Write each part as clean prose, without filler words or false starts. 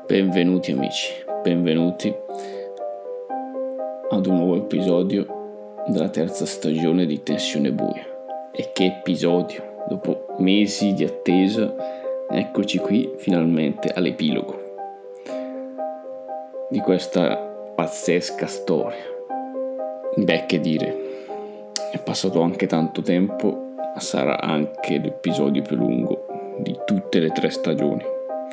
Benvenuti amici, benvenuti ad un nuovo episodio della terza stagione di Tensione Buia. E che episodio! Dopo mesi di attesa, eccoci qui finalmente all'epilogo di questa pazzesca storia. Beh, che dire, è passato anche tanto tempo, sarà anche l'episodio più lungo di tutte le 3 stagioni.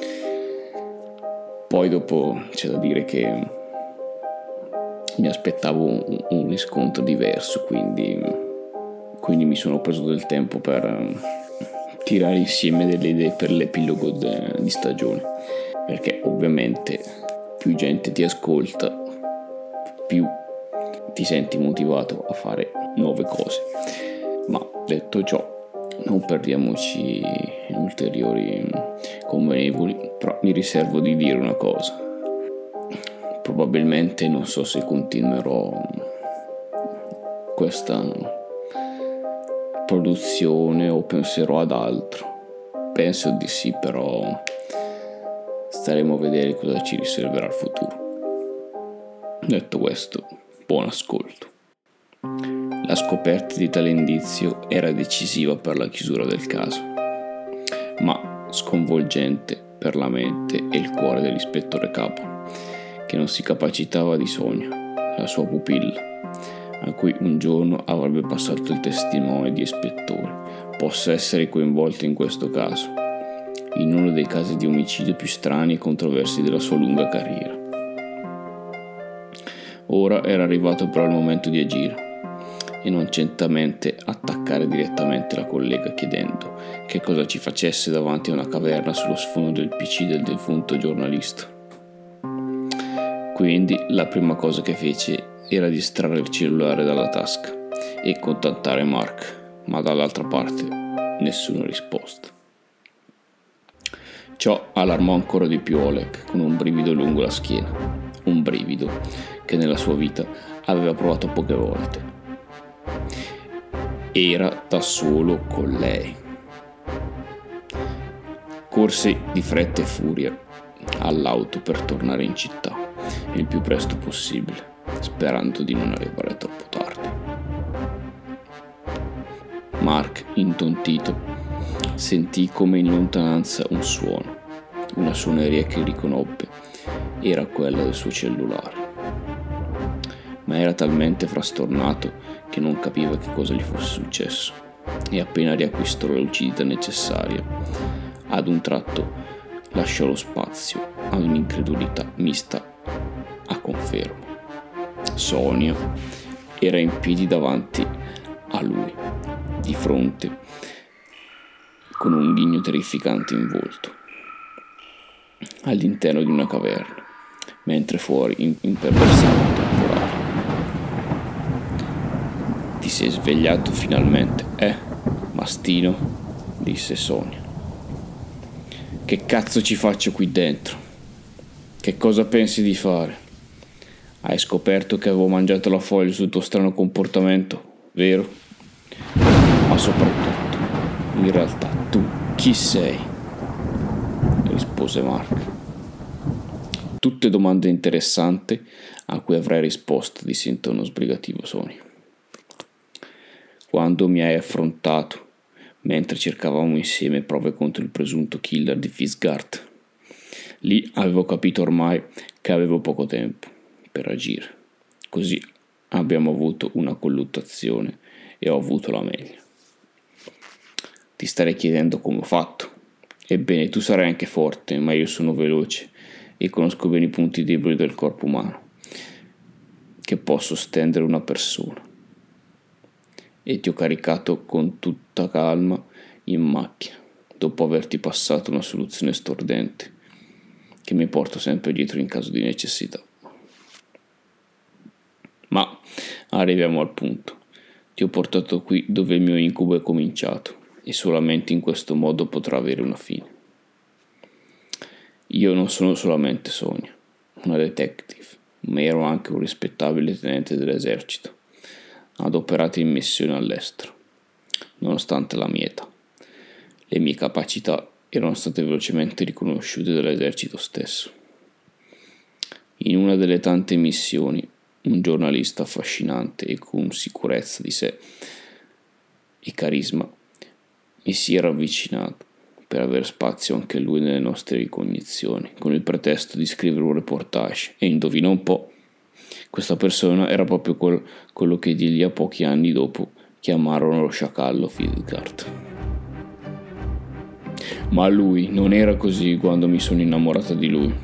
Poi dopo c'è da dire che mi aspettavo un riscontro diverso, quindi mi sono preso del tempo per tirare insieme delle idee per l'epilogo di stagione, perché ovviamente più gente ti ascolta, più ti senti motivato a fare nuove cose. Ma detto ciò, non perdiamoci in ulteriori convenevoli, però mi riservo di dire una cosa. Probabilmente non so se continuerò questa produzione o penserò ad altro. Penso di sì, però staremo a vedere cosa ci riserverà il futuro. Detto questo, buon ascolto. La scoperta di tale indizio era decisiva per la chiusura del caso, ma sconvolgente per la mente e il cuore dell'ispettore capo, che non si capacitava di Sonia, la sua pupilla, a cui un giorno avrebbe passato il testimone di ispettore, possa essere coinvolto in questo caso, in uno dei casi di omicidio più strani e controversi della sua lunga carriera. Ora era arrivato però il momento di agire, e non certamente attaccare direttamente la collega chiedendo che cosa ci facesse davanti a una caverna sullo sfondo del PC del defunto giornalista. Quindi la prima cosa che fece era di estrarre il cellulare dalla tasca e contattare Mark, ma dall'altra parte nessuna risposta. Ciò allarmò ancora di più Oleg, con un brivido lungo la schiena, un brivido che nella sua vita aveva provato poche volte. Era da solo con lei. Corse di fretta e furia all'auto per tornare in città il più presto possibile, sperando di non arrivare troppo tardi. Mark, intontito, sentì come in lontananza un suono, una suoneria che riconobbe era quella del suo cellulare. Ma era talmente frastornato che non capiva che cosa gli fosse successo e appena riacquistò la lucidità necessaria, ad un tratto lasciò lo spazio ad un'incredulità mista a conferma. Sonia era in piedi davanti a lui, di fronte, con un ghigno terrificante in volto, all'interno di una caverna, mentre fuori imperversava un temporale. Ti sei svegliato finalmente, mastino? Disse Sonia. Che cazzo ci faccio qui dentro? Che cosa pensi di fare? Hai scoperto che avevo mangiato la foglia sul tuo strano comportamento, vero? Ma soprattutto, in realtà, tu chi sei? Rispose Mark. Tutte domande interessanti a cui avrai risposto, disse in tono sbrigativo Sonia. Quando mi hai affrontato, mentre cercavamo insieme prove contro il presunto killer di Fisgard, lì avevo capito ormai che avevo poco tempo per agire. Così abbiamo avuto una colluttazione e ho avuto la meglio. Ti starei chiedendo come ho fatto. Ebbene, tu sarai anche forte, ma io sono veloce e conosco bene i punti deboli del corpo umano, che posso stendere una persona. E ti ho caricato con tutta calma in macchina, dopo averti passato una soluzione stordente, che mi porto sempre dietro in caso di necessità. Ma arriviamo al punto. Ti ho portato qui dove il mio incubo è cominciato, e solamente in questo modo potrà avere una fine. Io non sono solamente Sonia, una detective, ma ero anche un rispettabile tenente dell'esercito, adoperato in missione all'estero, nonostante la mia età. Le mie capacità erano state velocemente riconosciute dall'esercito stesso, In una delle tante missioni, un giornalista affascinante e con sicurezza di sé e carisma mi si era avvicinato per avere spazio anche lui nelle nostre ricognizioni, con il pretesto di scrivere un reportage. E indovina un po', questa persona era proprio quello che di lì a pochi anni dopo chiamarono lo sciacallo Fizgard. Ma lui non era così quando mi sono innamorata di lui.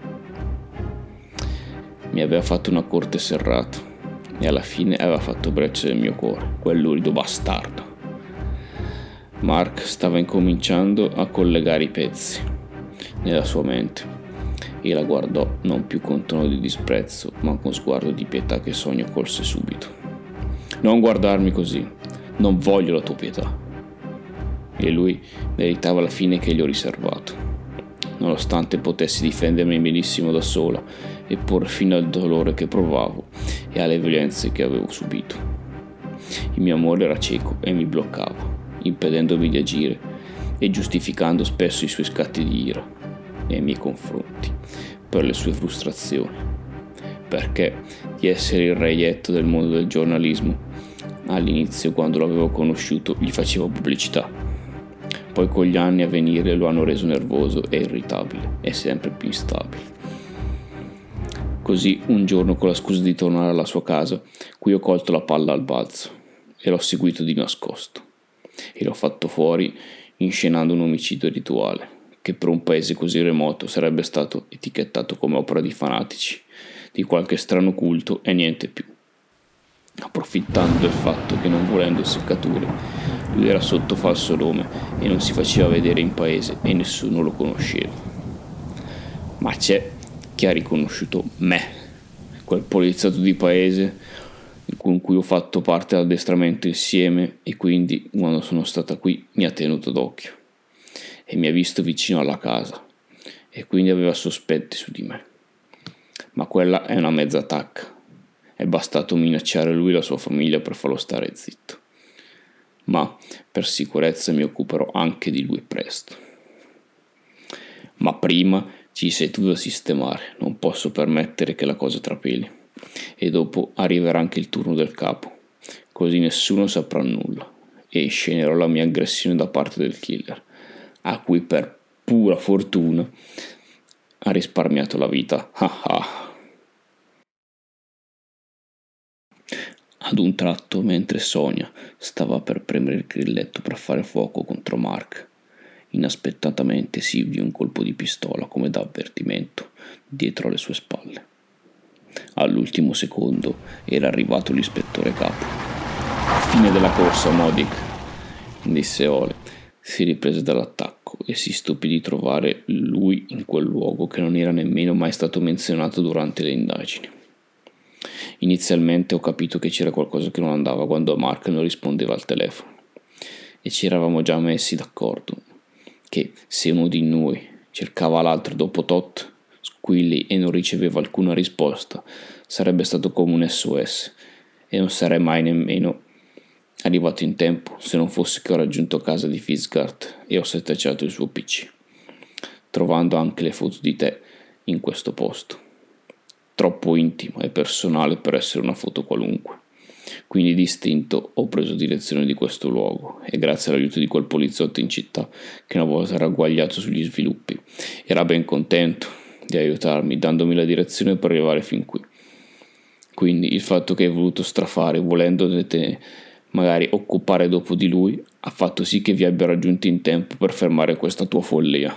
Mi aveva fatto una corte serrata e alla fine aveva fatto breccia nel mio cuore, quel lurido bastardo. Mark stava incominciando a collegare i pezzi nella sua mente e la guardò non più con tono di disprezzo, ma con sguardo di pietà che Sonia colse subito. Non guardarmi così, non voglio la tua pietà. E lui meritava la fine che gli ho riservato, nonostante potessi difendermi benissimo da sola e porre fine al dolore che provavo e alle violenze che avevo subito. Il mio amore era cieco e mi bloccava, impedendomi di agire e giustificando spesso i suoi scatti di ira nei miei confronti per le sue frustrazioni, perché di essere il reietto del mondo del giornalismo all'inizio, quando l'avevo conosciuto, gli facevo pubblicità. Poi con gli anni a venire lo hanno reso nervoso e irritabile e sempre più instabile. Così un giorno, con la scusa di tornare alla sua casa, qui ho colto la palla al balzo e l'ho seguito di nascosto e l'ho fatto fuori inscenando un omicidio rituale che per un paese così remoto sarebbe stato etichettato come opera di fanatici, di qualche strano culto e niente più. Approfittando del fatto che, non volendo seccature, lui era sotto falso nome e non si faceva vedere in paese e nessuno lo conosceva. Ma c'è chi ha riconosciuto me, quel poliziotto di paese con cui ho fatto parte dell'addestramento insieme, e quindi quando sono stata qui mi ha tenuto d'occhio e mi ha visto vicino alla casa e quindi aveva sospetti su di me. Ma quella è una mezza tacca. È bastato minacciare lui e la sua famiglia per farlo stare zitto. Ma per sicurezza mi occuperò anche di lui presto. Ma prima ci sei tu da sistemare, non posso permettere che la cosa trapeli. E dopo arriverà anche il turno del capo, così nessuno saprà nulla e scenerò la mia aggressione da parte del killer, a cui per pura fortuna ha risparmiato la vita. Ad un tratto, mentre Sonia stava per premere il grilletto per fare fuoco contro Mark, inaspettatamente si udì un colpo di pistola come da avvertimento dietro alle sue spalle. All'ultimo secondo era arrivato l'ispettore capo. Fine della corsa, Modic, disse Ole. Si riprese dall'attacco e si stupì di trovare lui in quel luogo che non era nemmeno mai stato menzionato durante le indagini. Inizialmente ho capito che c'era qualcosa che non andava quando Mark non rispondeva al telefono, e ci eravamo già messi d'accordo che se uno di noi cercava l'altro dopo tot squilli e non riceveva alcuna risposta, sarebbe stato come un SOS e non sarei mai nemmeno arrivato in tempo, se non fosse che ho raggiunto casa di Fizgard e ho setacciato il suo PC, trovando anche le foto di te in questo posto. Troppo intimo e personale per essere una foto qualunque. Quindi d'istinto ho preso direzione di questo luogo e grazie all'aiuto di quel poliziotto in città che una volta ragguagliato sugli sviluppi era ben contento di aiutarmi dandomi la direzione per arrivare fin qui. Quindi il fatto che hai voluto strafare volendo te magari occupare dopo di lui ha fatto sì che vi abbia raggiunti in tempo per fermare questa tua follia.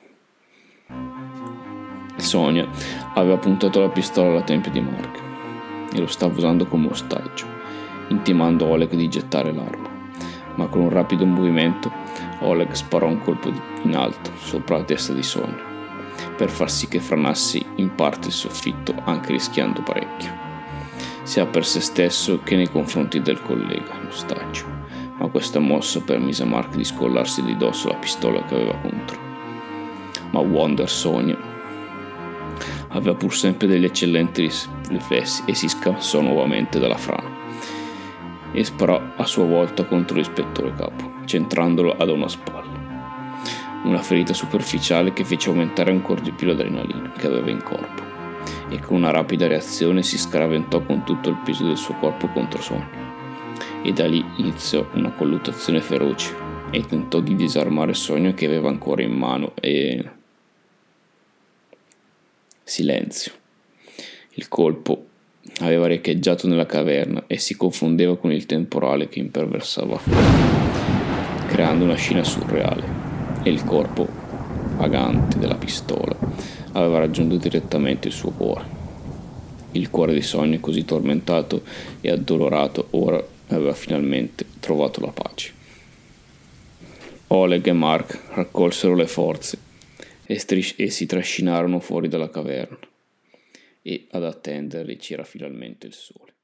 Sonia aveva puntato la pistola alla tempia di Mark e lo stava usando come ostaggio, intimando Oleg di gettare l'arma, ma con un rapido movimento Oleg sparò un colpo in alto sopra la testa di Sonia per far sì che franasse in parte il soffitto, anche rischiando parecchio, sia per se stesso che nei confronti del collega in ostaggio, ma questa mossa permise a Mark di scollarsi di dosso la pistola che aveva contro. Ma Wonder Sonia aveva pur sempre degli eccellenti riflessi e si scansò nuovamente dalla frana e sparò a sua volta contro l'ispettore capo, centrandolo ad una spalla. Una ferita superficiale che fece aumentare ancora di più l'adrenalina che aveva in corpo e con una rapida reazione si scaraventò con tutto il peso del suo corpo contro Sogno. E da lì iniziò una colluttazione feroce e tentò di disarmare Sogno che aveva ancora in mano e... Silenzio. Il colpo aveva riecheggiato nella caverna e si confondeva con il temporale che imperversava fuori, creando una scena surreale, e il corpo vagante della pistola aveva raggiunto direttamente il suo cuore. Il cuore di Sogno, così tormentato e addolorato, ora aveva finalmente trovato la pace. Oleg e Mark raccolsero le forze e si trascinarono fuori dalla caverna, e ad attenderli c'era finalmente il sole.